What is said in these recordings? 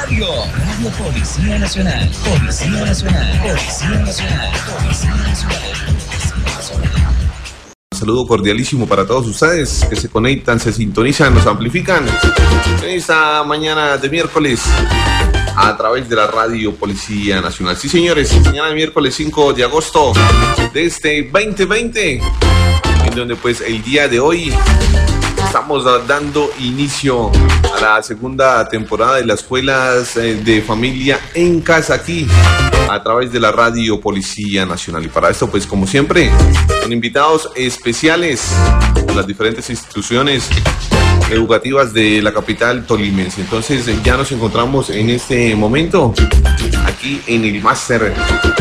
Radio Policía Nacional, Policía Nacional, Policía Nacional, Policía Nacional. Un saludo cordialísimo para todos ustedes que se conectan, se sintonizan, nos amplifican en esta mañana de miércoles a través de la Radio Policía Nacional. Sí, señores, mañana de miércoles 5 de agosto de este 2020, en donde pues el día de hoy estamos dando inicio a la segunda temporada de las escuelas de familia en casa aquí a través de la Radio Policía Nacional. Y para esto, pues como siempre, con invitados especiales de las diferentes instituciones educativas de la capital tolimense. Entonces ya nos encontramos en este momento aquí en el máster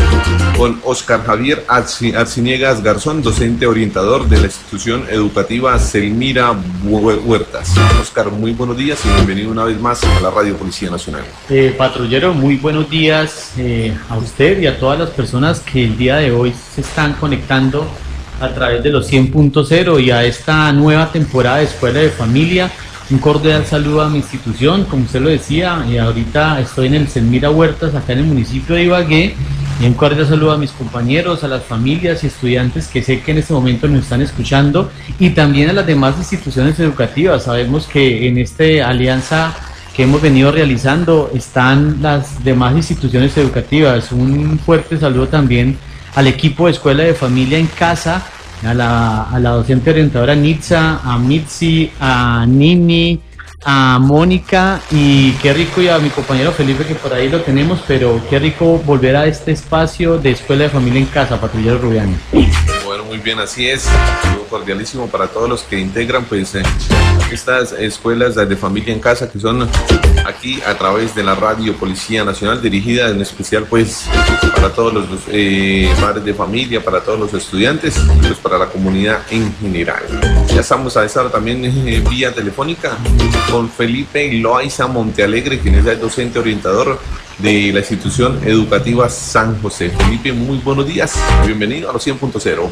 con Oscar Javier Arciniegas Garzón, docente orientador de la institución educativa Selmira Huertas. Oscar, muy buenos días y bienvenido una vez más a la Radio Policía Nacional. Patrullero, muy buenos días a usted y a todas las personas que el día de hoy se están conectando a través de los 100.0 y a esta nueva temporada de Escuela de Familia. Un cordial saludo a mi institución, como usted lo decía, y ahorita estoy en el Selmira Huertas, acá en el municipio de Ibagué, y un cordial saludo a mis compañeros, a las familias y estudiantes que sé que en este momento nos están escuchando, y también a las demás instituciones educativas. Sabemos que en esta alianza que hemos venido realizando están las demás instituciones educativas. Un fuerte saludo también al equipo de Escuela de Familia en Casa, a la docente orientadora Nitza, a Mitzi, a Nini, a Mónica, y qué rico, y a mi compañero Felipe, que por ahí lo tenemos, pero qué rico volver a este espacio de Escuela de Familia en Casa, Patrullero Rubiano. Bueno, muy bien, así es. Un cordialísimo para todos los que integran pues estas escuelas de familia en casa, que son aquí a través de la Radio Policía Nacional, dirigida en especial pues para todos los padres de familia, para todos los estudiantes y pues para la comunidad en general. Ya estamos a esta hora también vía telefónica con Felipe Loaiza Montealegre, quien es el docente orientador de la institución educativa San José. Felipe, muy buenos días, bienvenido a los 100.0.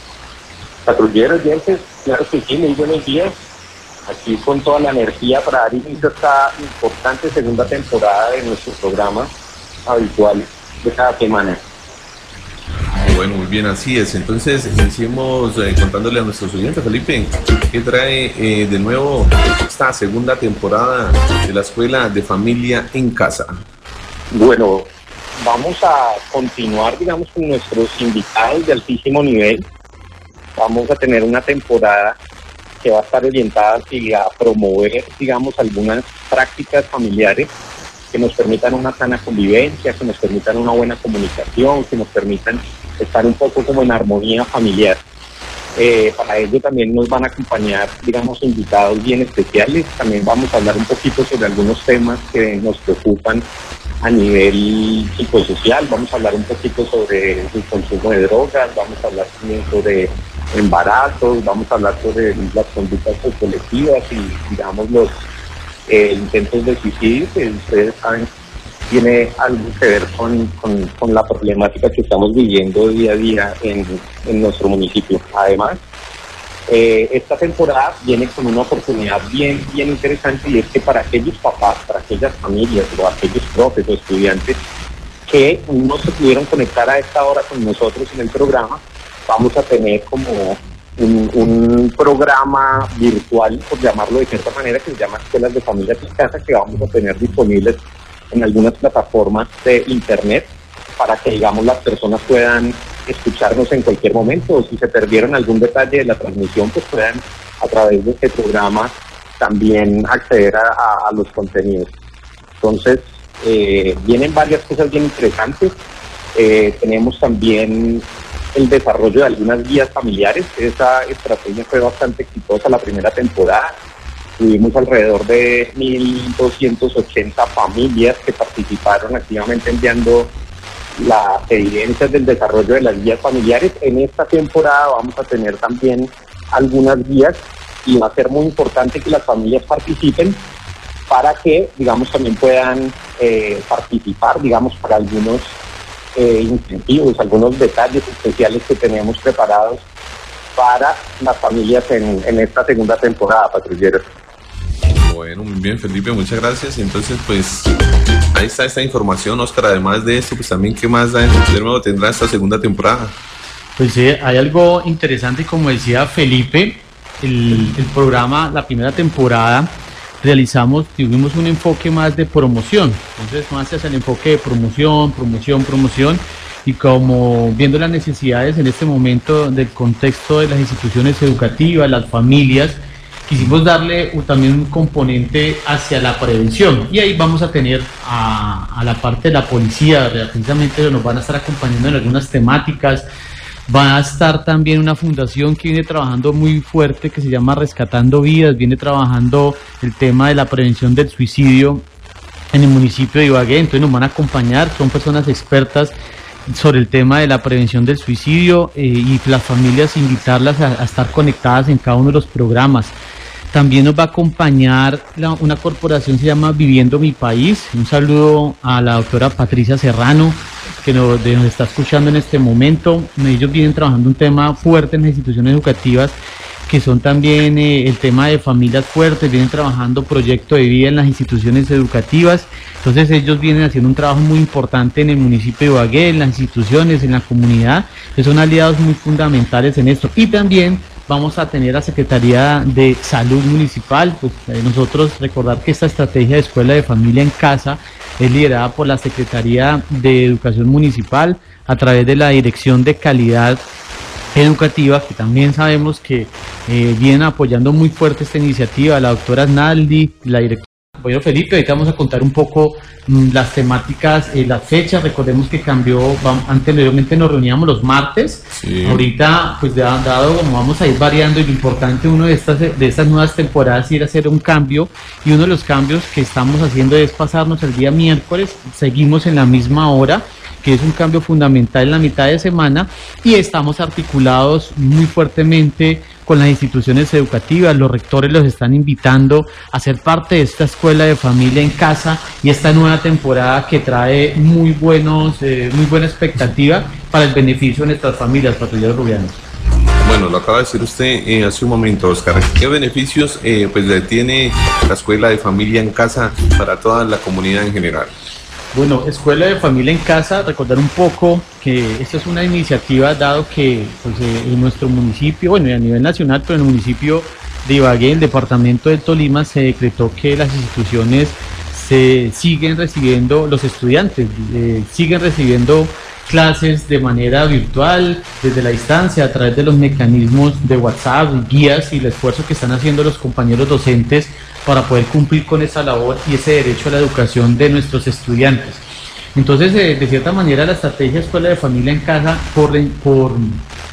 Patrulleros, dientes, claro que sí, muy buenos días. Aquí con toda la energía para dar inicio a esta importante segunda temporada de nuestro programa habitual de cada semana. Bueno, muy bien, así es. Entonces, iniciemos contándole a nuestros oyentes, Felipe, ¿qué trae de nuevo esta segunda temporada de la Escuela de Familia en Casa? Bueno, vamos a continuar, digamos, con nuestros invitados de altísimo nivel. Vamos a tener una temporada que va a estar orientada a promover, digamos, algunas prácticas familiares que nos permitan una sana convivencia, que nos permitan una buena comunicación, que nos permitan estar un poco como en armonía familiar. Para ello también nos van a acompañar, digamos, invitados bien especiales. También vamos a hablar un poquito sobre algunos temas que nos preocupan a nivel psicosocial. Vamos a hablar un poquito sobre el consumo de drogas, vamos a hablar también sobre embarazos, vamos a hablar sobre las conductas colectivas y, digamos, los intentos de suicidio, que ustedes saben tiene algo que ver con la problemática que estamos viviendo día a día en nuestro municipio. Además, esta temporada viene con una oportunidad bien interesante, y es que para aquellos papás, para aquellas familias o aquellos profes o estudiantes que no se pudieron conectar a esta hora con nosotros en el programa, vamos a tener como un programa virtual, por llamarlo de cierta manera, que se llama Escuelas de Familias en Casa, que vamos a tener disponibles en algunas plataformas de internet para que, digamos, las personas puedan escucharnos en cualquier momento, o si se perdieron algún detalle de la transmisión, pues puedan a través de este programa también acceder a los contenidos. Entonces, vienen varias cosas bien interesantes. Tenemos también el desarrollo de algunas guías familiares. Esa estrategia fue bastante exitosa la primera temporada. Tuvimos alrededor de 1.280 familias que participaron activamente enviando las evidencias del desarrollo de las guías familiares. En esta temporada vamos a tener también algunas guías, y va a ser muy importante que las familias participen para que, digamos, también puedan participar, digamos, para algunos incentivos, algunos detalles especiales que tenemos preparados para las familias en esta segunda temporada, patrulleros. Bueno, muy bien, Felipe, muchas gracias. Entonces, pues, ahí está esta información, Oscar. Además de esto, pues también, ¿qué más de nuevo tendrá esta segunda temporada? Pues sí, hay algo interesante, como decía Felipe, el programa, la primera temporada, tuvimos un enfoque más de promoción, entonces más hacia el enfoque de promoción, y como viendo las necesidades en este momento del contexto de las instituciones educativas, las familias, quisimos darle también un componente hacia la prevención, y ahí vamos a tener a la parte de la policía, precisamente nos van a estar acompañando en algunas temáticas. Va a estar también una fundación que viene trabajando muy fuerte, que se llama Rescatando Vidas, viene trabajando el tema de la prevención del suicidio en el municipio de Ibagué, entonces nos van a acompañar, son personas expertas sobre el tema de la prevención del suicidio, y las familias invitarlas a estar conectadas en cada uno de los programas. También nos va a acompañar una corporación que se llama Viviendo Mi País. Un saludo a la doctora Patricia Serrano, que nos está escuchando en este momento. Ellos vienen trabajando un tema fuerte en las instituciones educativas, que son también el tema de familias fuertes, vienen trabajando proyecto de vida en las instituciones educativas. Entonces ellos vienen haciendo un trabajo muy importante en el municipio de Ibagué, en las instituciones, en la comunidad, que son aliados muy fundamentales en esto. Y también vamos a tener la Secretaría de Salud Municipal. Pues nosotros recordar que esta estrategia de escuela de familia en casa es liderada por la Secretaría de Educación Municipal a través de la Dirección de Calidad Educativa, que también sabemos que vienen apoyando muy fuerte esta iniciativa, la doctora Naldi, la directora. Bueno, Felipe, ahorita vamos a contar un poco las temáticas, las fechas. Recordemos que cambió, anteriormente nos reuníamos los martes, sí. Ahorita pues dado como vamos a ir variando, y lo importante uno de estas nuevas temporadas ir a hacer un cambio, y uno de los cambios que estamos haciendo es pasarnos el día miércoles, seguimos en la misma hora, que es un cambio fundamental en la mitad de semana, y estamos articulados muy fuertemente con las instituciones educativas. Los rectores los están invitando a ser parte de esta escuela de familia en casa, y esta nueva temporada que trae muy buena expectativa para el beneficio de nuestras familias, patrulleros rubianos. Bueno, lo acaba de decir usted hace un momento, Oscar. ¿Qué beneficios pues tiene la escuela de familia en casa para toda la comunidad en general? Bueno, Escuela de Familia en Casa, recordar un poco que esta es una iniciativa, dado que pues, en nuestro municipio, bueno, y a nivel nacional, pero en el municipio de Ibagué, el departamento de Tolima, se decretó que las instituciones siguen recibiendo, los estudiantes siguen recibiendo clases de manera virtual, desde la distancia, a través de los mecanismos de WhatsApp, guías y el esfuerzo que están haciendo los compañeros docentes para poder cumplir con esa labor y ese derecho a la educación de nuestros estudiantes. Entonces, de cierta manera, la estrategia Escuela de Familia en Casa, por un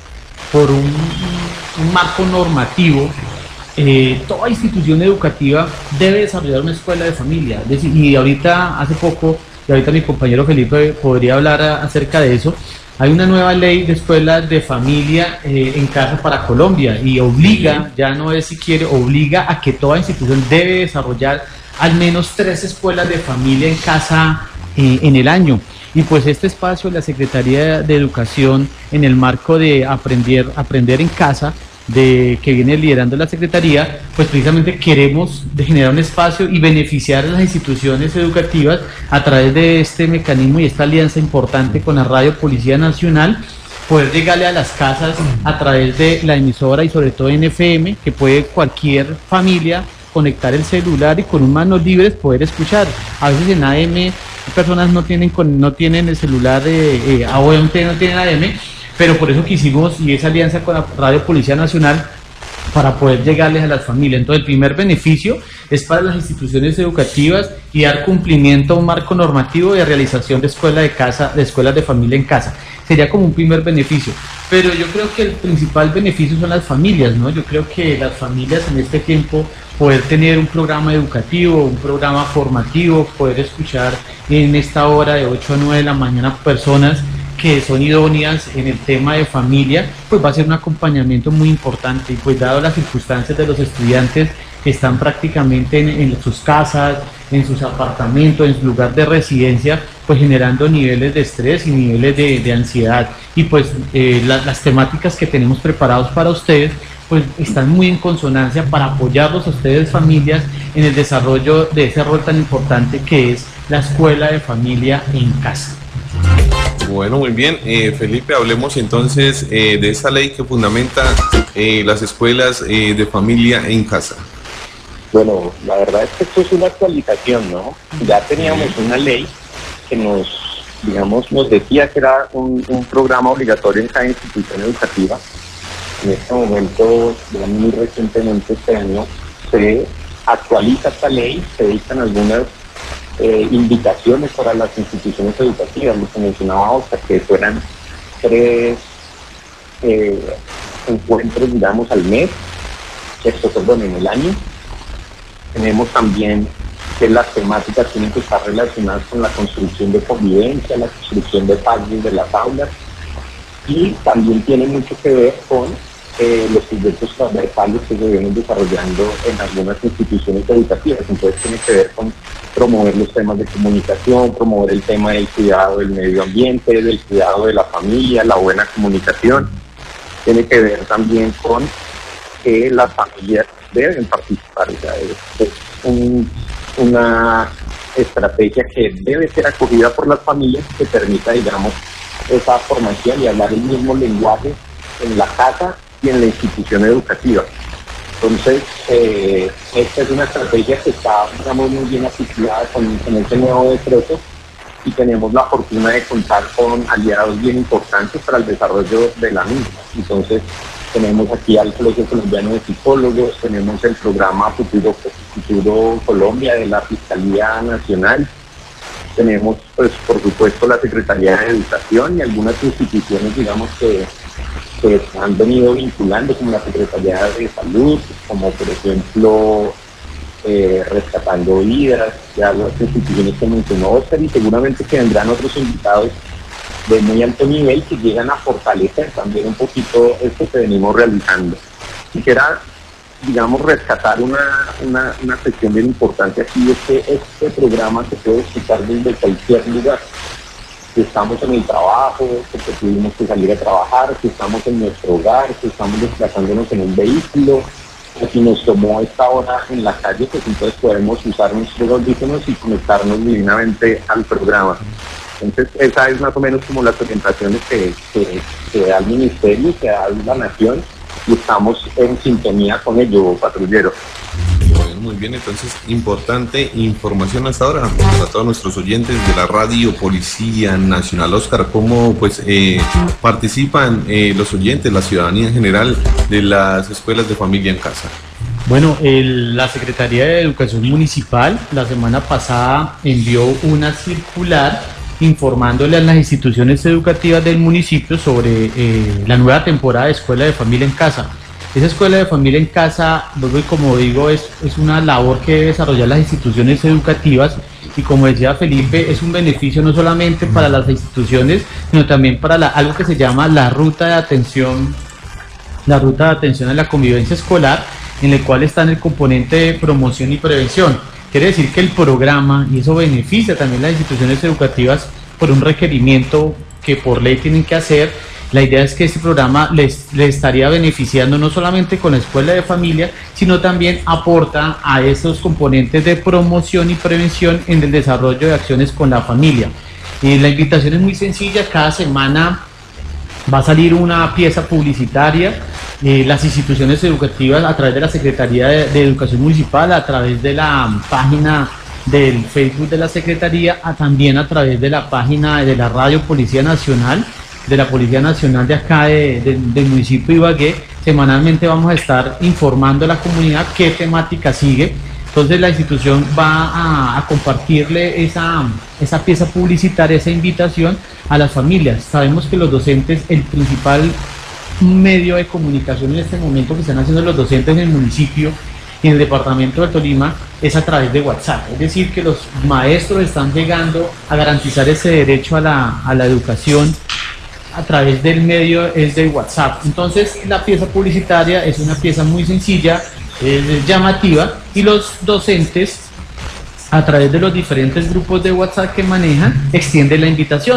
marco normativo, toda institución educativa debe desarrollar una escuela de familia. Y ahorita, hace poco, y ahorita mi compañero Felipe podría hablar acerca de eso, hay una nueva ley de escuelas de familia en casa para Colombia, y obliga, ya no es si quiere, obliga a que toda institución debe desarrollar al menos 3 escuelas de familia en casa en el año. Y pues este espacio, la Secretaría de Educación, en el marco de aprender en casa, que viene liderando la Secretaría, pues precisamente queremos generar un espacio y beneficiar a las instituciones educativas a través de este mecanismo y esta alianza importante con la Radio Policía Nacional, poder llegarle a las casas a través de la emisora, y sobre todo en FM, que puede cualquier familia conectar el celular y con manos libres poder escuchar. A veces en AM personas no tienen el celular, obviamente no tienen AM, pero por eso quisimos, y esa alianza con la Radio Policía Nacional, para poder llegarles a las familias. Entonces, el primer beneficio es para las instituciones educativas y dar cumplimiento a un marco normativo de realización de escuelas de familia en casa. Sería como un primer beneficio. Pero yo creo que el principal beneficio son las familias, ¿no? Yo creo que las familias en este tiempo, poder tener un programa educativo, un programa formativo, poder escuchar en esta hora de 8 a 9 de la mañana personas que son idóneas en el tema de familia, pues va a ser un acompañamiento muy importante. Y pues dado las circunstancias de los estudiantes que están prácticamente en sus casas, en sus apartamentos, en su lugar de residencia, pues generando niveles de estrés y niveles de ansiedad. Y pues las temáticas que tenemos preparados para ustedes pues están muy en consonancia para apoyarlos a ustedes, familias, en el desarrollo de ese rol tan importante que es la escuela de familia en casa. Bueno, muy bien. Felipe, hablemos entonces de esa ley que fundamenta las escuelas de familia en casa. Bueno, la verdad es que esto es una actualización, ¿no? Ya teníamos una ley que nos decía que era un programa obligatorio en cada institución educativa. En este momento, muy recientemente este año, se actualiza esta ley, se dictan algunas indicaciones para las instituciones educativas, lo que mencionaba Oscar, que fueran 3 encuentros, digamos, al mes, en el año. Tenemos también que las temáticas tienen que estar relacionadas con la construcción de convivencia, la construcción de paz de las aulas, y también tiene mucho que ver con los proyectos transversales que se vienen desarrollando en algunas instituciones educativas. Entonces tiene que ver con promover los temas de comunicación, promover el tema del cuidado del medio ambiente, del cuidado de la familia, la buena comunicación. Tiene que ver también con que las familias deben participar. O sea, es una estrategia que debe ser acogida por las familias, que permita, digamos, esa formación y hablar el mismo lenguaje en la casa y en la institución educativa. Entonces, esta es una estrategia que está, digamos, muy bien articulada con este nuevo decreto, y tenemos la fortuna de contar con aliados bien importantes para el desarrollo de la misma. Entonces, tenemos aquí al Colegio Colombiano de Psicólogos, tenemos el programa Futuro Colombia de la Fiscalía Nacional, tenemos, pues, por supuesto, la Secretaría de Educación y algunas instituciones, digamos, que han venido vinculando, como la Secretaría de Salud, como por ejemplo Rescatando Vidas, ya las instituciones que mencionó Oscar, y seguramente que vendrán otros invitados de muy alto nivel que llegan a fortalecer también un poquito esto que venimos realizando. Quisiera, digamos, rescatar una cuestión bien importante aquí, es que este programa se puede escuchar desde cualquier lugar. Si estamos en el trabajo, porque tuvimos que salir a trabajar, si estamos en nuestro hogar, si estamos desplazándonos en un vehículo, o si nos tomó esta hora en la calle, pues entonces podemos usar nuestros audífonos y conectarnos divinamente al programa. Entonces, esa es más o menos como las orientaciones que da el Ministerio, que da la Nación, y estamos en sintonía con ello, patrullero. Bueno, muy bien, entonces, importante información hasta ahora para todos nuestros oyentes de la Radio Policía Nacional. Oscar, ¿cómo pues participan los oyentes, la ciudadanía en general, de las escuelas de familia en casa? Bueno, la Secretaría de Educación Municipal la semana pasada envió una circular informándole a las instituciones educativas del municipio sobre la nueva temporada de Escuela de Familia en Casa. Esa Escuela de Familia en Casa, como digo, es una labor que deben desarrollar las instituciones educativas, y como decía Felipe, es un beneficio no solamente para las instituciones, sino también para algo que se llama la ruta de atención a la convivencia escolar, en el cual está en el componente de promoción y prevención. Quiere decir que el programa, y eso beneficia también a las instituciones educativas por un requerimiento que por ley tienen que hacer. La idea es que este programa les estaría beneficiando no solamente con la escuela de familia, sino también aporta a esos componentes de promoción y prevención en el desarrollo de acciones con la familia. La invitación es muy sencilla. Cada semana va a salir una pieza publicitaria. Las instituciones educativas, a través de la Secretaría de Educación Municipal, a través de la página del Facebook de la Secretaría, también a través de la página de la Radio Policía Nacional, de la Policía Nacional de acá del municipio de Ibagué, semanalmente vamos a estar informando a la comunidad qué temática sigue. Entonces la institución va a compartirle esa pieza publicitaria, esa invitación a las familias. Sabemos que los docentes, el principal medio de comunicación en este momento que están haciendo los docentes en el municipio y en el departamento de Tolima es a través de WhatsApp. Es decir, que los maestros están llegando a garantizar ese derecho a la educación a través del medio es de WhatsApp. Entonces la pieza publicitaria es una pieza muy sencilla, es llamativa, y los docentes, a través de los diferentes grupos de WhatsApp que manejan, extienden la invitación.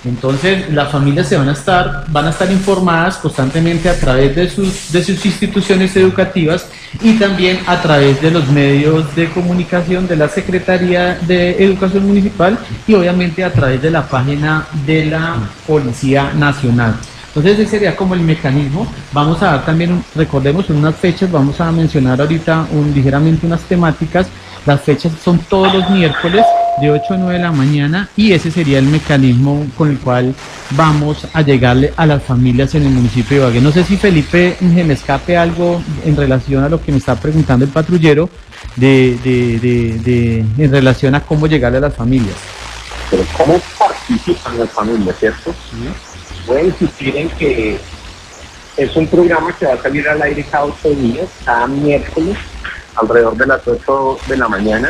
Entonces, las familias van a estar informadas constantemente a través de sus instituciones educativas y también a través de los medios de comunicación de la Secretaría de Educación Municipal y obviamente a través de la página de la Policía Nacional. Entonces ese sería como el mecanismo. Vamos a dar también, recordemos, unas fechas, vamos a mencionar ahorita ligeramente unas temáticas. Las fechas son todos los miércoles de 8 a 9 de la mañana y ese sería el mecanismo con el cual vamos a llegarle a las familias en el municipio de Ibagué. No sé si Felipe se me escape algo en relación a lo que me está preguntando el patrullero en relación a cómo llegarle a las familias. Pero ¿cómo participan las familias, cierto? Sí. Voy a insistir en que es un programa que va a salir al aire cada 8 días, cada miércoles, alrededor de las 8 de la mañana.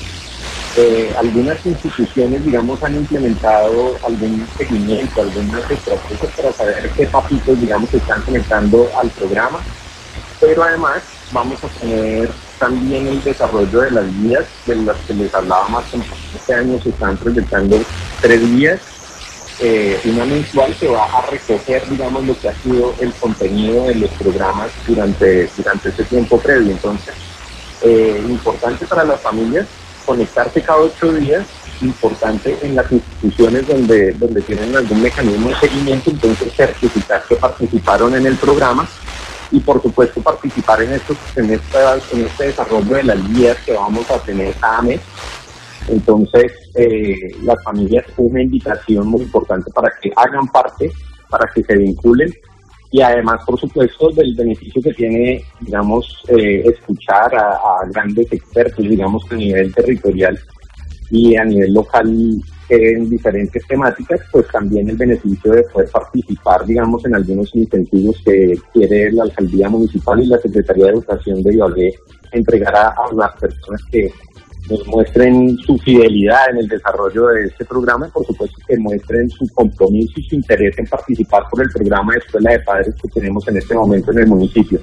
Algunas instituciones, digamos, han implementado algún seguimiento, algunas estrategias para saber qué papitos, digamos, se están conectando al programa. Pero además vamos a tener también el desarrollo de las guías de las que les hablaba más temprano. Este año se están proyectando 3 guías. Una mensual que va a recoger, digamos, lo que ha sido el contenido de los programas durante ese tiempo previo. Entonces, importante para las familias conectarse cada 8 días, importante en las instituciones donde tienen algún mecanismo de seguimiento, entonces certificar que participaron en el programa y por supuesto participar en este desarrollo de las guías que vamos a tener cada mes. Entonces, las familias, una invitación muy importante para que hagan parte, para que se vinculen y además, por supuesto, del beneficio que tiene, digamos, escuchar a grandes expertos, digamos, a nivel territorial y a nivel local en diferentes temáticas, pues también el beneficio de poder participar, digamos, en algunos incentivos que quiere la Alcaldía Municipal y la Secretaría de Educación de Ibagué entregar a las personas que nos muestren su fidelidad en el desarrollo de este programa y por supuesto que muestren su compromiso y su interés en participar por el programa de Escuela de Padres que tenemos en este momento en el municipio.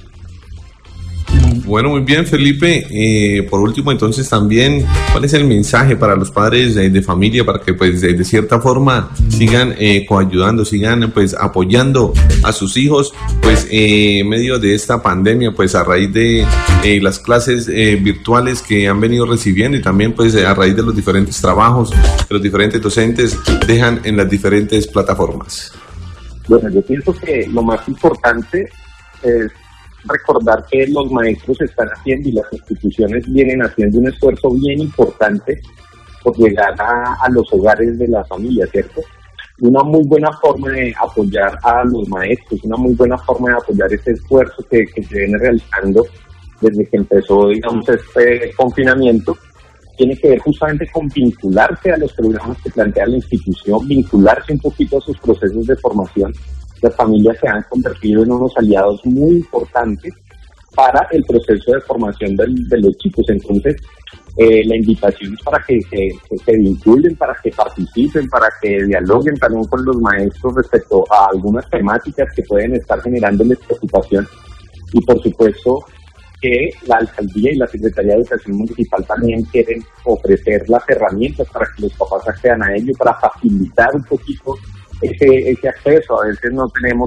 Bueno, muy bien, Felipe. Por último, entonces también, ¿cuál es el mensaje para los padres de familia para que pues de cierta forma sigan coayudando, sigan pues apoyando a sus hijos pues en medio de esta pandemia, pues a raíz de las clases virtuales que han venido recibiendo y también pues a raíz de los diferentes trabajos que los diferentes docentes dejan en las diferentes plataformas? Bueno, yo pienso que lo más importante es recordar que los maestros están haciendo y las instituciones vienen haciendo un esfuerzo bien importante por llegar a los hogares de la familia, ¿cierto? Una muy buena forma de apoyar a los maestros, una muy buena forma de apoyar ese esfuerzo que se viene realizando desde que empezó, digamos, este confinamiento, tiene que ver justamente con vincularse a los programas que plantea la institución, vincularse un poquito a sus procesos de formación. Las familias se han convertido en unos aliados muy importantes para el proceso de formación de los chicos. Entonces, la invitación es para que se vinculen, para que participen, para que dialoguen también con los maestros respecto a algunas temáticas que pueden estar generándoles preocupación. Y por supuesto que la Alcaldía y la Secretaría de Educación Municipal también quieren ofrecer las herramientas para que los papás accedan a ello, para facilitar un poquito ese acceso. A veces no tenemos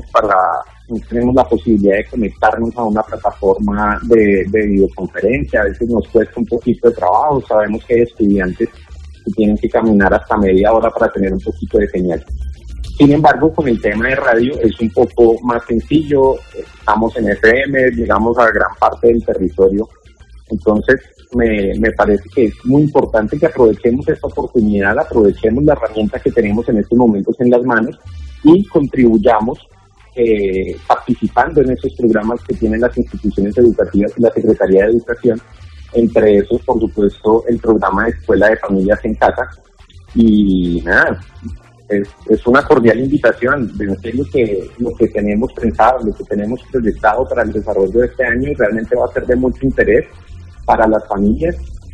la posibilidad de conectarnos a una plataforma de videoconferencia, a veces nos cuesta un poquito de trabajo, sabemos que hay estudiantes que tienen que caminar hasta media hora para tener un poquito de señal. Sin embargo, con el tema de radio es un poco más sencillo, estamos en FM, llegamos a gran parte del territorio, entonces me parece que es muy importante que aprovechemos esta oportunidad, aprovechemos la herramienta que tenemos en estos momentos en las manos y contribuyamos participando en esos programas que tienen las instituciones educativas y la Secretaría de Educación, entre esos, por supuesto, el programa de Escuela de Familias en Casa. Y nada, es una cordial invitación. En serio que lo que tenemos pensado, lo que tenemos proyectado para el desarrollo de este año realmente va a ser de mucho interés para las familias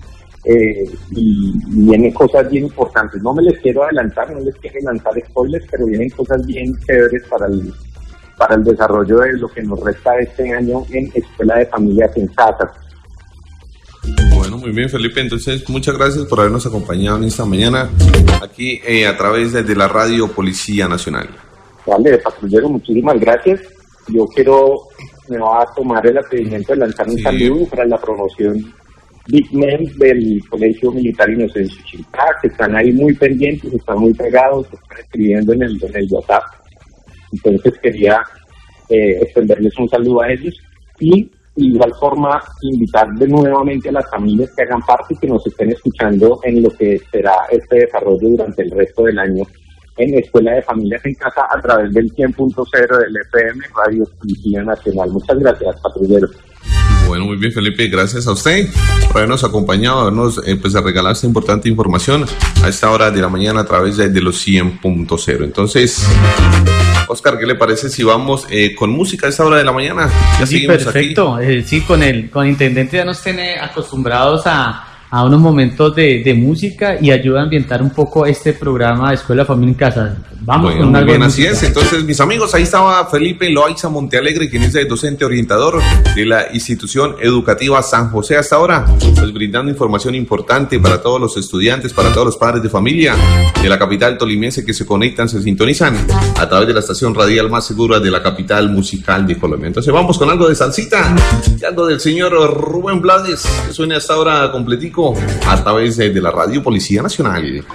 y vienen cosas bien importantes. No me les quiero adelantar, no les quiero lanzar spoilers, pero vienen cosas bien chéveres para el desarrollo de lo que nos resta este año en Escuela de Familias en Casa. Bueno, muy bien, Felipe. Entonces, muchas gracias por habernos acompañado en esta mañana aquí a través de la Radio Policía Nacional. Vale, patrullero, muchísimas gracias. Yo me va a tomar el atrevimiento de lanzar un saludo para la promoción Big Men del Colegio Militar Inocencio Chilcá, que están ahí muy pendientes, están muy pegados, están escribiendo en el WhatsApp. Entonces quería extenderles un saludo a ellos y de igual forma invitar de nuevamente a las familias que hagan parte y que nos estén escuchando en lo que será este desarrollo durante el resto del año en Escuela de Familias en Casa a través del 100.0 del FM Radio Policía Nacional. Muchas gracias, patrullero. Bueno, muy bien, Felipe, gracias a usted por habernos acompañado, habernos regalado esta importante información a esta hora de la mañana a través de los 100.0. Entonces, Oscar, ¿qué le parece si vamos con música a esta hora de la mañana? Ya sí, perfecto. Sí, con el intendente ya nos tiene acostumbrados a unos momentos de música y ayuda a ambientar un poco este programa de Escuela Familia en Casa. Vamos con algo bien, de así es. Entonces, mis amigos, ahí estaba Felipe Loaiza Montealegre, quien es el docente orientador de la institución educativa San José hasta ahora, pues brindando información importante para todos los estudiantes, para todos los padres de familia de la capital tolimense que se conectan, se sintonizan a través de la estación radial más segura de la capital musical de Colombia. Entonces, vamos con algo de salsita, algo del señor Rubén Blades, que suena hasta ahora completico a través de la Radio Policía Nacional.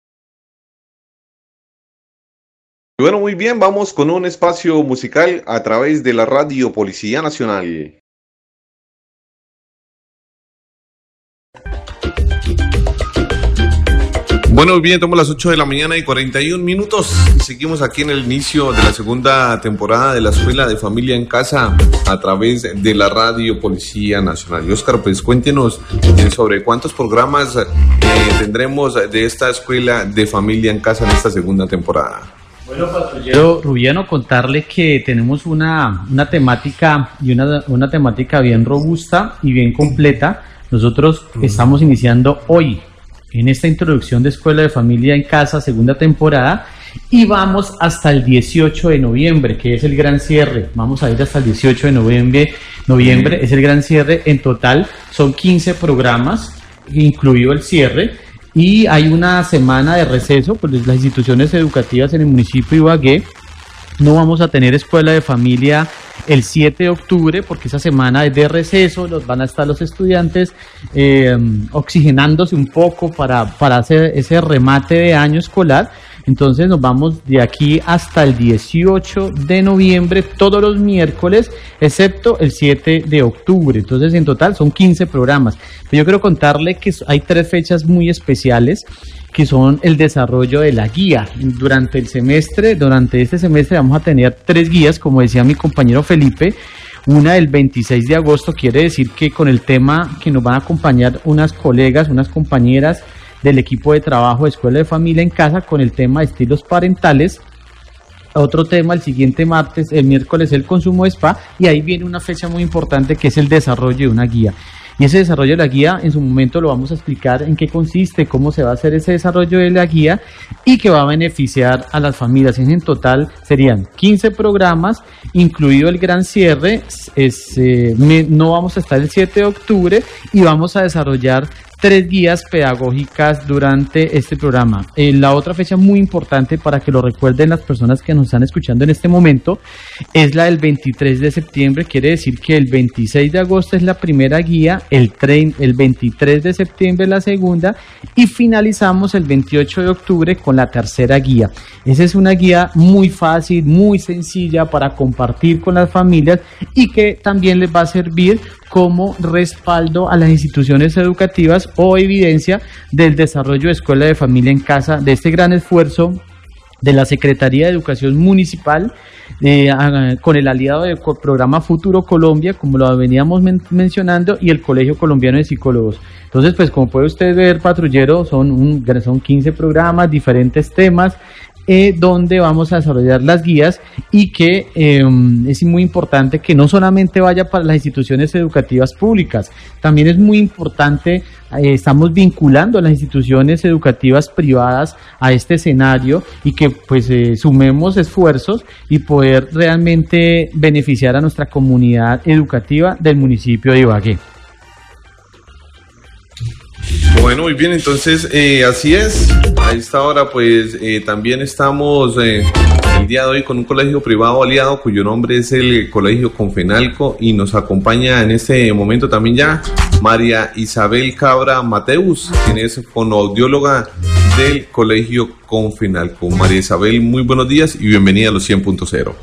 Bueno, muy bien, vamos con un espacio musical a través de la Radio Policía Nacional. Bueno, bien, estamos las 8 de la mañana y 41 minutos y seguimos aquí en el inicio de la segunda temporada de la Escuela de Familia en Casa a través de la Radio Policía Nacional. Y Oscar, pues cuéntenos sobre cuántos programas tendremos de esta Escuela de Familia en Casa en esta segunda temporada. Bueno, patrullero Rubiano, contarle que tenemos una temática y una temática bien robusta y bien completa. Nosotros estamos iniciando hoy en esta introducción de Escuela de Familia en Casa, segunda temporada, y vamos hasta el 18 de noviembre, que es el gran cierre. Vamos a ir hasta el 18 de noviembre es el gran cierre. En total son 15 programas, incluido el cierre, y hay una semana de receso, pues las instituciones educativas en el municipio de Ibagué no vamos a tener Escuela de Familia el 7 de octubre, porque esa semana es de receso, van a estar los estudiantes oxigenándose un poco para hacer ese remate de año escolar. Entonces nos vamos de aquí hasta el 18 de noviembre, todos los miércoles, excepto el 7 de octubre. Entonces en total son 15 programas. Pero yo quiero contarle que hay 3 fechas muy especiales, que son el desarrollo de la guía. Durante este semestre vamos a tener 3 guías, como decía mi compañero Felipe. Una el 26 de agosto, quiere decir que con el tema que nos van a acompañar unas colegas, unas compañeras del equipo de trabajo de Escuela de Familia en Casa con el tema de estilos parentales. Otro tema el siguiente martes, el miércoles el consumo de spa, y ahí viene una fecha muy importante que es el desarrollo de una guía. Y ese desarrollo de la guía, en su momento lo vamos a explicar en qué consiste, cómo se va a hacer ese desarrollo de la guía y que va a beneficiar a las familias. En total serían 15 programas, incluido el gran cierre. No vamos a estar el 7 de octubre y vamos a desarrollar 3 guías pedagógicas durante este programa. La otra fecha muy importante para que lo recuerden las personas que nos están escuchando en este momento es la del 23 de septiembre, quiere decir que el 26 de agosto es la primera guía, el 23 de septiembre la segunda y finalizamos el 28 de octubre con la tercera guía. Esa es una guía muy fácil, muy sencilla para compartir con las familias y que también les va a servir como respaldo a las instituciones educativas o evidencia del desarrollo de Escuela de Familia en Casa, de este gran esfuerzo de la Secretaría de Educación Municipal con el aliado del programa Futuro Colombia, como lo veníamos mencionando, y el Colegio Colombiano de Psicólogos. Entonces, pues como puede usted ver, patrullero, son 15 programas, diferentes temas, donde vamos a desarrollar las guías y que es muy importante que no solamente vaya para las instituciones educativas públicas, también es muy importante, estamos vinculando a las instituciones educativas privadas a este escenario y que pues sumemos esfuerzos y poder realmente beneficiar a nuestra comunidad educativa del municipio de Ibagué. Bueno, muy bien, entonces así es. A esta hora pues también estamos el día de hoy con un colegio privado aliado cuyo nombre es el Colegio Confenalco y nos acompaña en este momento también ya María Isabel Cabra Mateus, quien es fonoaudióloga del Colegio Confenalco. María Isabel, muy buenos días y bienvenida a los 100.0.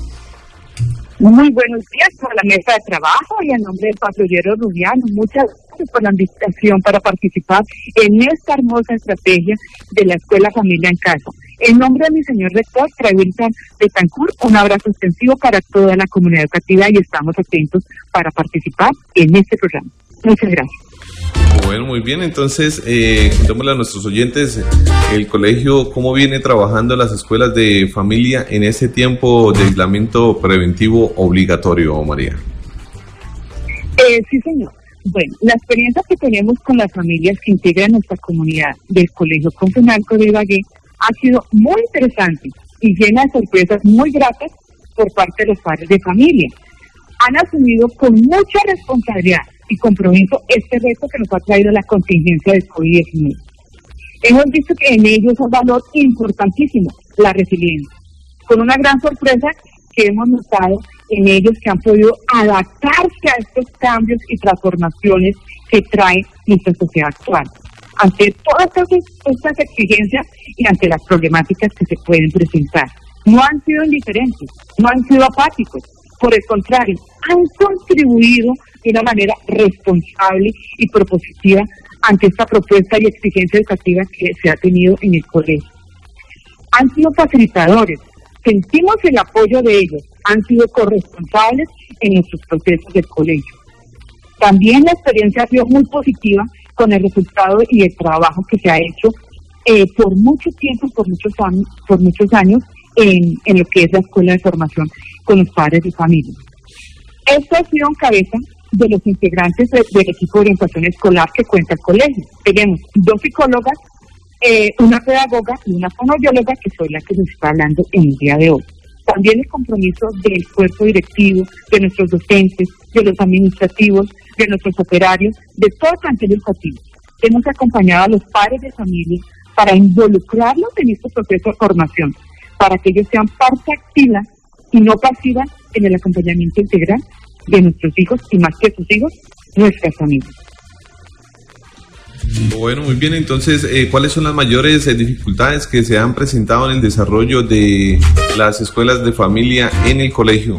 Muy buenos días para la mesa de trabajo y en nombre del patrullero Rubiano. Muchas gracias por la invitación para participar en esta hermosa estrategia de la Escuela Familia en Casa. En nombre de mi señor rector, Fray Wilson Betancourt, un abrazo extensivo para toda la comunidad educativa y estamos atentos para participar en este programa. Muchas gracias. Bueno, muy bien, entonces contémosle a nuestros oyentes el colegio, cómo viene trabajando las escuelas de familia en este tiempo de aislamiento preventivo obligatorio, María. Sí, señor. Bueno, la experiencia que tenemos con las familias que integran nuestra comunidad del Colegio Confenalco de Ibagué ha sido muy interesante y llena de sorpresas muy gratas por parte de los padres de familia. Han asumido con mucha responsabilidad y compromiso este reto que nos ha traído la contingencia del COVID-19. Hemos visto que en ellos es un valor importantísimo, la resiliencia, con una gran sorpresa que hemos notado en ellos que han podido adaptarse a estos cambios y transformaciones que trae nuestra sociedad actual, ante todas estas exigencias y ante las problemáticas que se pueden presentar. No han sido indiferentes, no han sido apáticos, por el contrario, han contribuido de una manera responsable y propositiva ante esta propuesta y exigencia educativa que se ha tenido en el colegio. Han sido facilitadores, sentimos el apoyo de ellos, han sido corresponsables en nuestros procesos del colegio. También la experiencia ha sido muy positiva con el resultado y el trabajo que se ha hecho por mucho tiempo, por muchos años en lo que es la escuela de formación con los padres de familia. Esto ha sido en cabeza de los integrantes del equipo de orientación escolar que cuenta el colegio. Tenemos 2 psicólogas, una pedagoga y una fonoaudióloga, que soy la que les está hablando en el día de hoy. También el compromiso del cuerpo directivo, de nuestros docentes, de los administrativos, de nuestros operarios, de todo el plantel educativo. Hemos acompañado a los padres de familia para involucrarlos en este proceso de formación, para que ellos sean parte activa y no pasiva en el acompañamiento integral de nuestros hijos y, más que sus hijos, nuestras familias. Bueno, muy bien, entonces, ¿cuáles son las mayores dificultades que se han presentado en el desarrollo de las escuelas de familia en el colegio?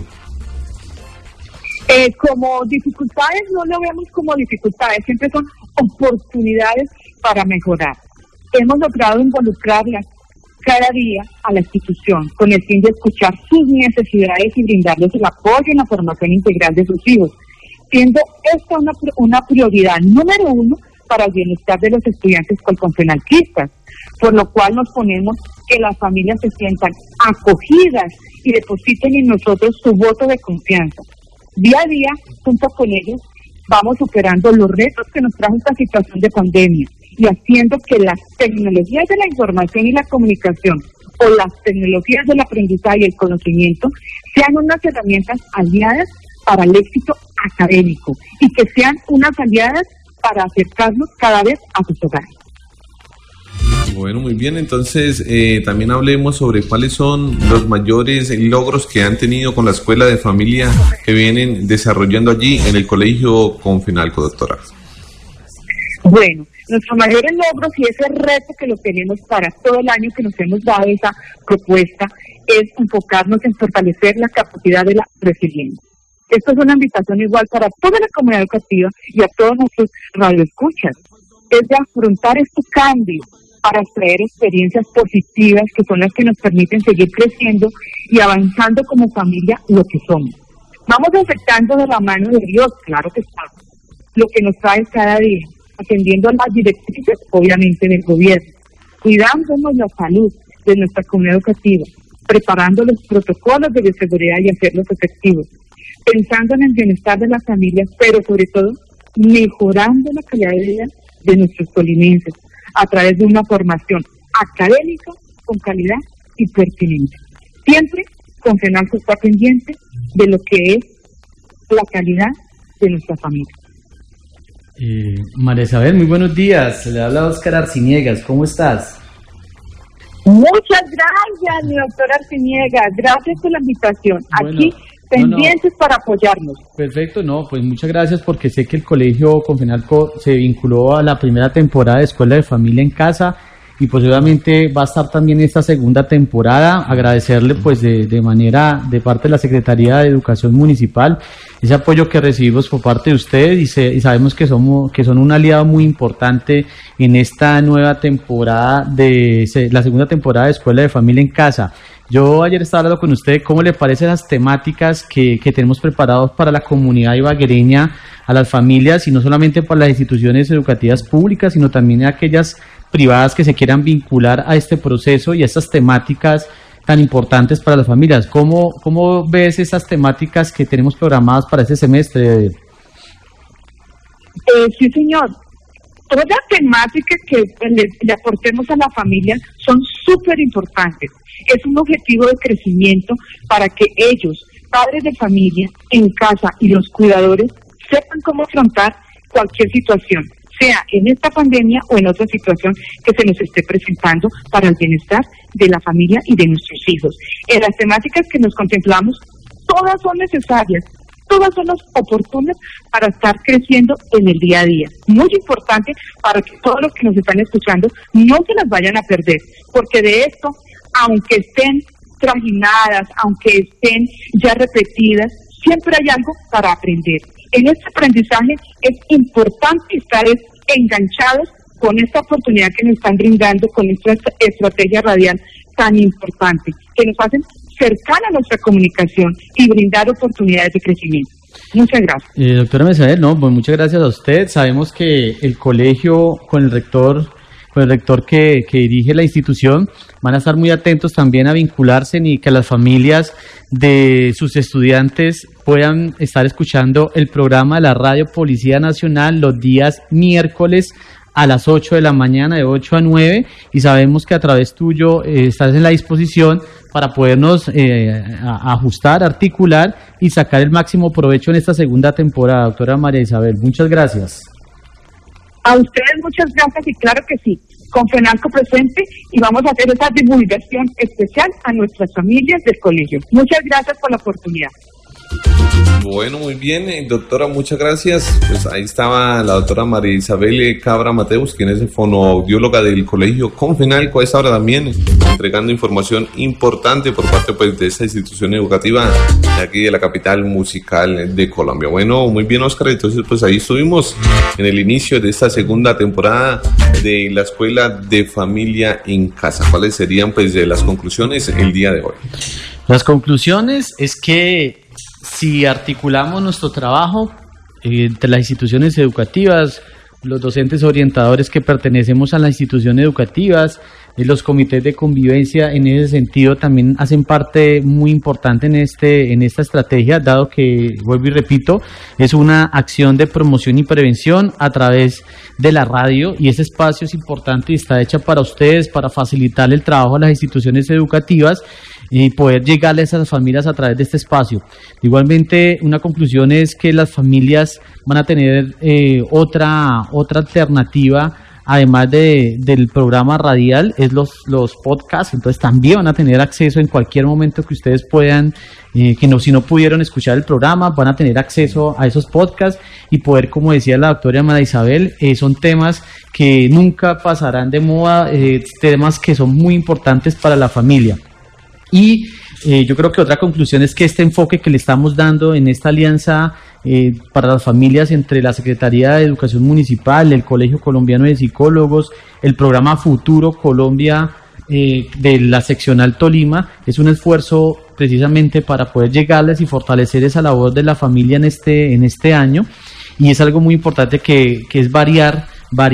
Como dificultades no lo vemos como dificultades, siempre son oportunidades para mejorar. Hemos logrado involucrarlas cada día a la institución con el fin de escuchar sus necesidades y brindarles el apoyo en la formación integral de sus hijos, siendo esta una prioridad número 1 para el bienestar de los estudiantes confenalquistas, por lo cual nos ponemos que las familias se sientan acogidas y depositen en nosotros su voto de confianza. Día a día, junto con ellos, vamos superando los retos que nos trajo esta situación de pandemia y haciendo que las tecnologías de la información y la comunicación o las tecnologías del aprendizaje y el conocimiento sean unas herramientas aliadas para el éxito académico y que sean unas aliadas para acercarnos cada vez a sus hogares. Bueno, muy bien, entonces también hablemos sobre cuáles son los mayores logros que han tenido con la escuela de familia que vienen desarrollando allí en el Colegio Confenalco, doctora. Bueno, nuestros mayores logros y ese reto que lo tenemos para todo el año que nos hemos dado esa propuesta es enfocarnos en fortalecer la capacidad de la resiliencia. Esto es una invitación igual para toda la comunidad educativa y a todos nuestros radioescuchas. Es de afrontar este cambio para extraer experiencias positivas que son las que nos permiten seguir creciendo y avanzando como familia lo que somos. Vamos aceptando de la mano de Dios, claro que estamos, lo que nos trae cada día, atendiendo a las directrices, obviamente, del gobierno, cuidándonos la salud de nuestra comunidad educativa, preparando los protocolos de bioseguridad y hacerlos efectivos, pensando en el bienestar de las familias, pero sobre todo mejorando la calidad de vida de nuestros tolimenses a través de una formación académica con calidad y pertinente. Siempre Confenalco está pendiente de lo que es la calidad de nuestra familia. María Isabel, muy buenos días. Le habla Oscar Arciniegas. ¿Cómo estás? Muchas gracias, mi doctor Arciniegas. Gracias por la invitación. Bueno, aquí pendientes para apoyarnos. Perfecto, pues muchas gracias porque sé que el Colegio Confenalco se vinculó a la primera temporada de Escuela de Familia en Casa y pues obviamente va a estar también esta segunda temporada. Agradecerle pues de manera de parte de la Secretaría de Educación Municipal ese apoyo que recibimos por parte de ustedes y sabemos que son un aliado muy importante en esta nueva temporada la segunda temporada de Escuela de Familia en Casa. Yo ayer estaba hablando con usted, ¿cómo le parecen las temáticas que tenemos preparados para la comunidad ibaguereña, a las familias y no solamente para las instituciones educativas públicas, sino también a aquellas privadas que se quieran vincular a este proceso y a estas temáticas tan importantes para las familias? ¿Cómo ves esas temáticas que tenemos programadas para este semestre? Sí, señor. Toda temática que le aportemos a la familia son súper importantes. Es un objetivo de crecimiento para que ellos, padres de familia, en casa y los cuidadores, sepan cómo afrontar cualquier situación, sea en esta pandemia o en otra situación que se nos esté presentando para el bienestar de la familia y de nuestros hijos. En las temáticas que nos contemplamos, todas son necesarias, todas son las oportunas para estar creciendo en el día a día. Muy importante para que todos los que nos están escuchando no se las vayan a perder, porque de esto, aunque estén trajinadas, aunque estén ya repetidas, siempre hay algo para aprender. En este aprendizaje es importante estar enganchados con esta oportunidad que nos están brindando, con esta estrategia radial tan importante, que nos hacen cercana a nuestra comunicación y brindar oportunidades de crecimiento. Muchas gracias. Doctora Mesael, pues muchas gracias a usted. Sabemos que el colegio, con el rector que dirige la institución, van a estar muy atentos también a vincularse y que las familias de sus estudiantes puedan estar escuchando el programa de la Radio Policía Nacional los días miércoles a las 8 de la mañana, de 8 a 9, y sabemos que a través tuyo estás en la disposición para podernos ajustar, articular y sacar el máximo provecho en esta segunda temporada. Doctora María Isabel, muchas gracias. A ustedes muchas gracias y claro que sí, Confenalco presente y vamos a hacer esa divulgación especial a nuestras familias del colegio. Muchas gracias por la oportunidad. Bueno, muy bien, doctora, muchas gracias. Pues ahí estaba la doctora María Isabel Cabra Mateus, quien es fonoaudióloga del Colegio Confenalco, a esta hora también entregando información importante por parte pues de esta institución educativa de aquí de la capital musical de Colombia. Bueno, muy bien, Oscar, entonces pues ahí estuvimos en el inicio de esta segunda temporada de la Escuela de Familia en Casa. ¿Cuáles serían pues de las conclusiones el día de hoy? Las conclusiones es que si articulamos nuestro trabajo entre las instituciones educativas, los docentes orientadores que pertenecemos a las instituciones educativas, los comités de convivencia en ese sentido también hacen parte muy importante en esta estrategia, dado que, vuelvo y repito, es una acción de promoción y prevención a través de la radio, y ese espacio es importante y está hecha para ustedes, para facilitar el trabajo a las instituciones educativas y poder llegarles a las familias a través de este espacio. Igualmente, una conclusión es que las familias van a tener otra alternativa, además del programa radial, es los podcasts. Entonces también van a tener acceso en cualquier momento que ustedes puedan, si no pudieron escuchar el programa, van a tener acceso a esos podcasts y poder, como decía la doctora María Isabel, son temas que nunca pasarán de moda, temas que son muy importantes para la familia. Y yo creo que otra conclusión es que este enfoque que le estamos dando en esta alianza para las familias entre la Secretaría de Educación Municipal, el Colegio Colombiano de Psicólogos, el programa Futuro Colombia de la seccional Tolima, es un esfuerzo precisamente para poder llegarles y fortalecer esa labor de la familia en este año, y es algo muy importante que es variar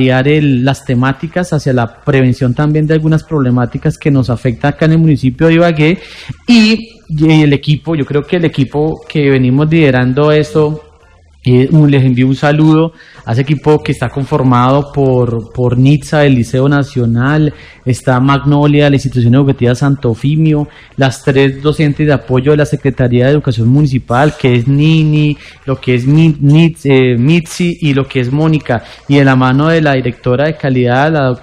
las temáticas hacia la prevención también de algunas problemáticas que nos afectan acá en el municipio de Ibagué, y el equipo, yo creo que el equipo que venimos liderando esto, les envío un saludo a ese equipo que está conformado por NITSA, el Liceo Nacional, está Magnolia, la Institución Educativa Santofimio, las 3 docentes de apoyo de la Secretaría de Educación Municipal, que es Nini, lo que es Mitzi y lo que es Mónica, y de la mano de la directora de calidad, la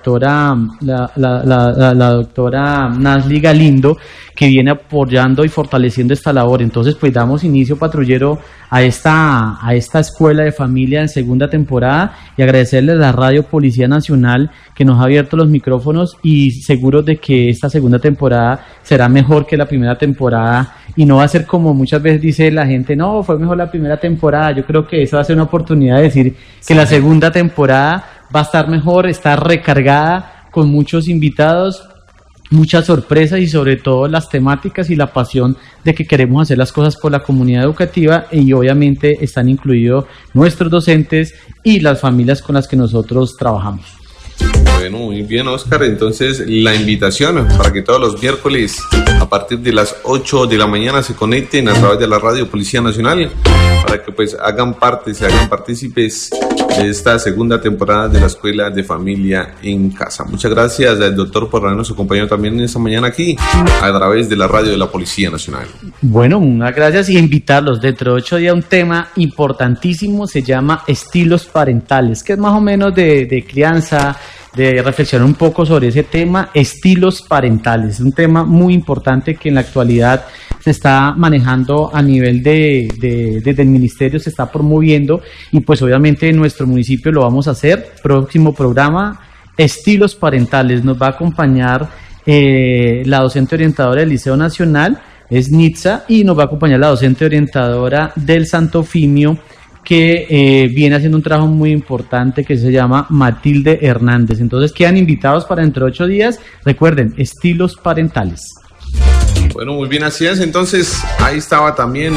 doctora Nasli Galindo, que viene apoyando y fortaleciendo esta labor. Entonces, pues damos inicio, patrullero, a esta escuela de familia en segunda temporada, y agradecerle a la Radio Policía Nacional que nos ha abierto los micrófonos, y seguros de que esta segunda temporada será mejor que la primera temporada, y no va a ser como muchas veces dice la gente, no, fue mejor la primera temporada. Yo creo que eso va a ser una oportunidad de decir que la segunda temporada va a estar mejor, está recargada con muchos invitados, muchas sorpresas y sobre todo las temáticas y la pasión de que queremos hacer las cosas por la comunidad educativa, y obviamente están incluidos nuestros docentes y las familias con las que nosotros trabajamos. Bueno, muy bien, Oscar. Entonces, la invitación para que todos los miércoles a partir de las 8 de la mañana se conecten a través de la Radio Policía Nacional, para que pues se hagan partícipes de esta segunda temporada de la Escuela de Familia en Casa. Muchas gracias, doctor, por habernos acompañado también esta mañana aquí a través de la Radio de la Policía Nacional. Bueno, muchas gracias, y invitarlos dentro de 8 días. Un tema importantísimo se llama estilos parentales, que es más o menos de crianza, de reflexionar un poco sobre ese tema, estilos parentales, un tema muy importante que en la actualidad se está manejando a nivel desde el ministerio, se está promoviendo, y pues obviamente en nuestro municipio lo vamos a hacer. Próximo programa, estilos parentales, nos va a acompañar la docente orientadora del Liceo Nacional, es NITSA, y nos va a acompañar la docente orientadora del Santofimio, que viene haciendo un trabajo muy importante que se llama Matilde Hernández. Entonces quedan invitados para dentro de 8 días. Recuerden, estilos parentales. Bueno, muy bien, así es. Entonces, ahí estaba también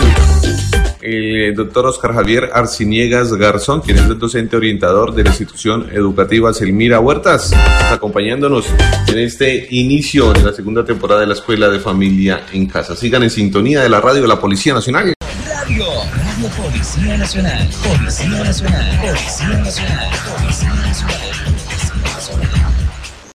el doctor Oscar Javier Arciniegas Garzón, quien es el docente orientador de la institución educativa Selmira Huertas, acompañándonos en este inicio de la segunda temporada de la Escuela de Familia en Casa. Sigan en sintonía de la Radio de la Policía Nacional. Radio Policía Nacional, Policía Nacional, Policía Nacional, Policía Nacional.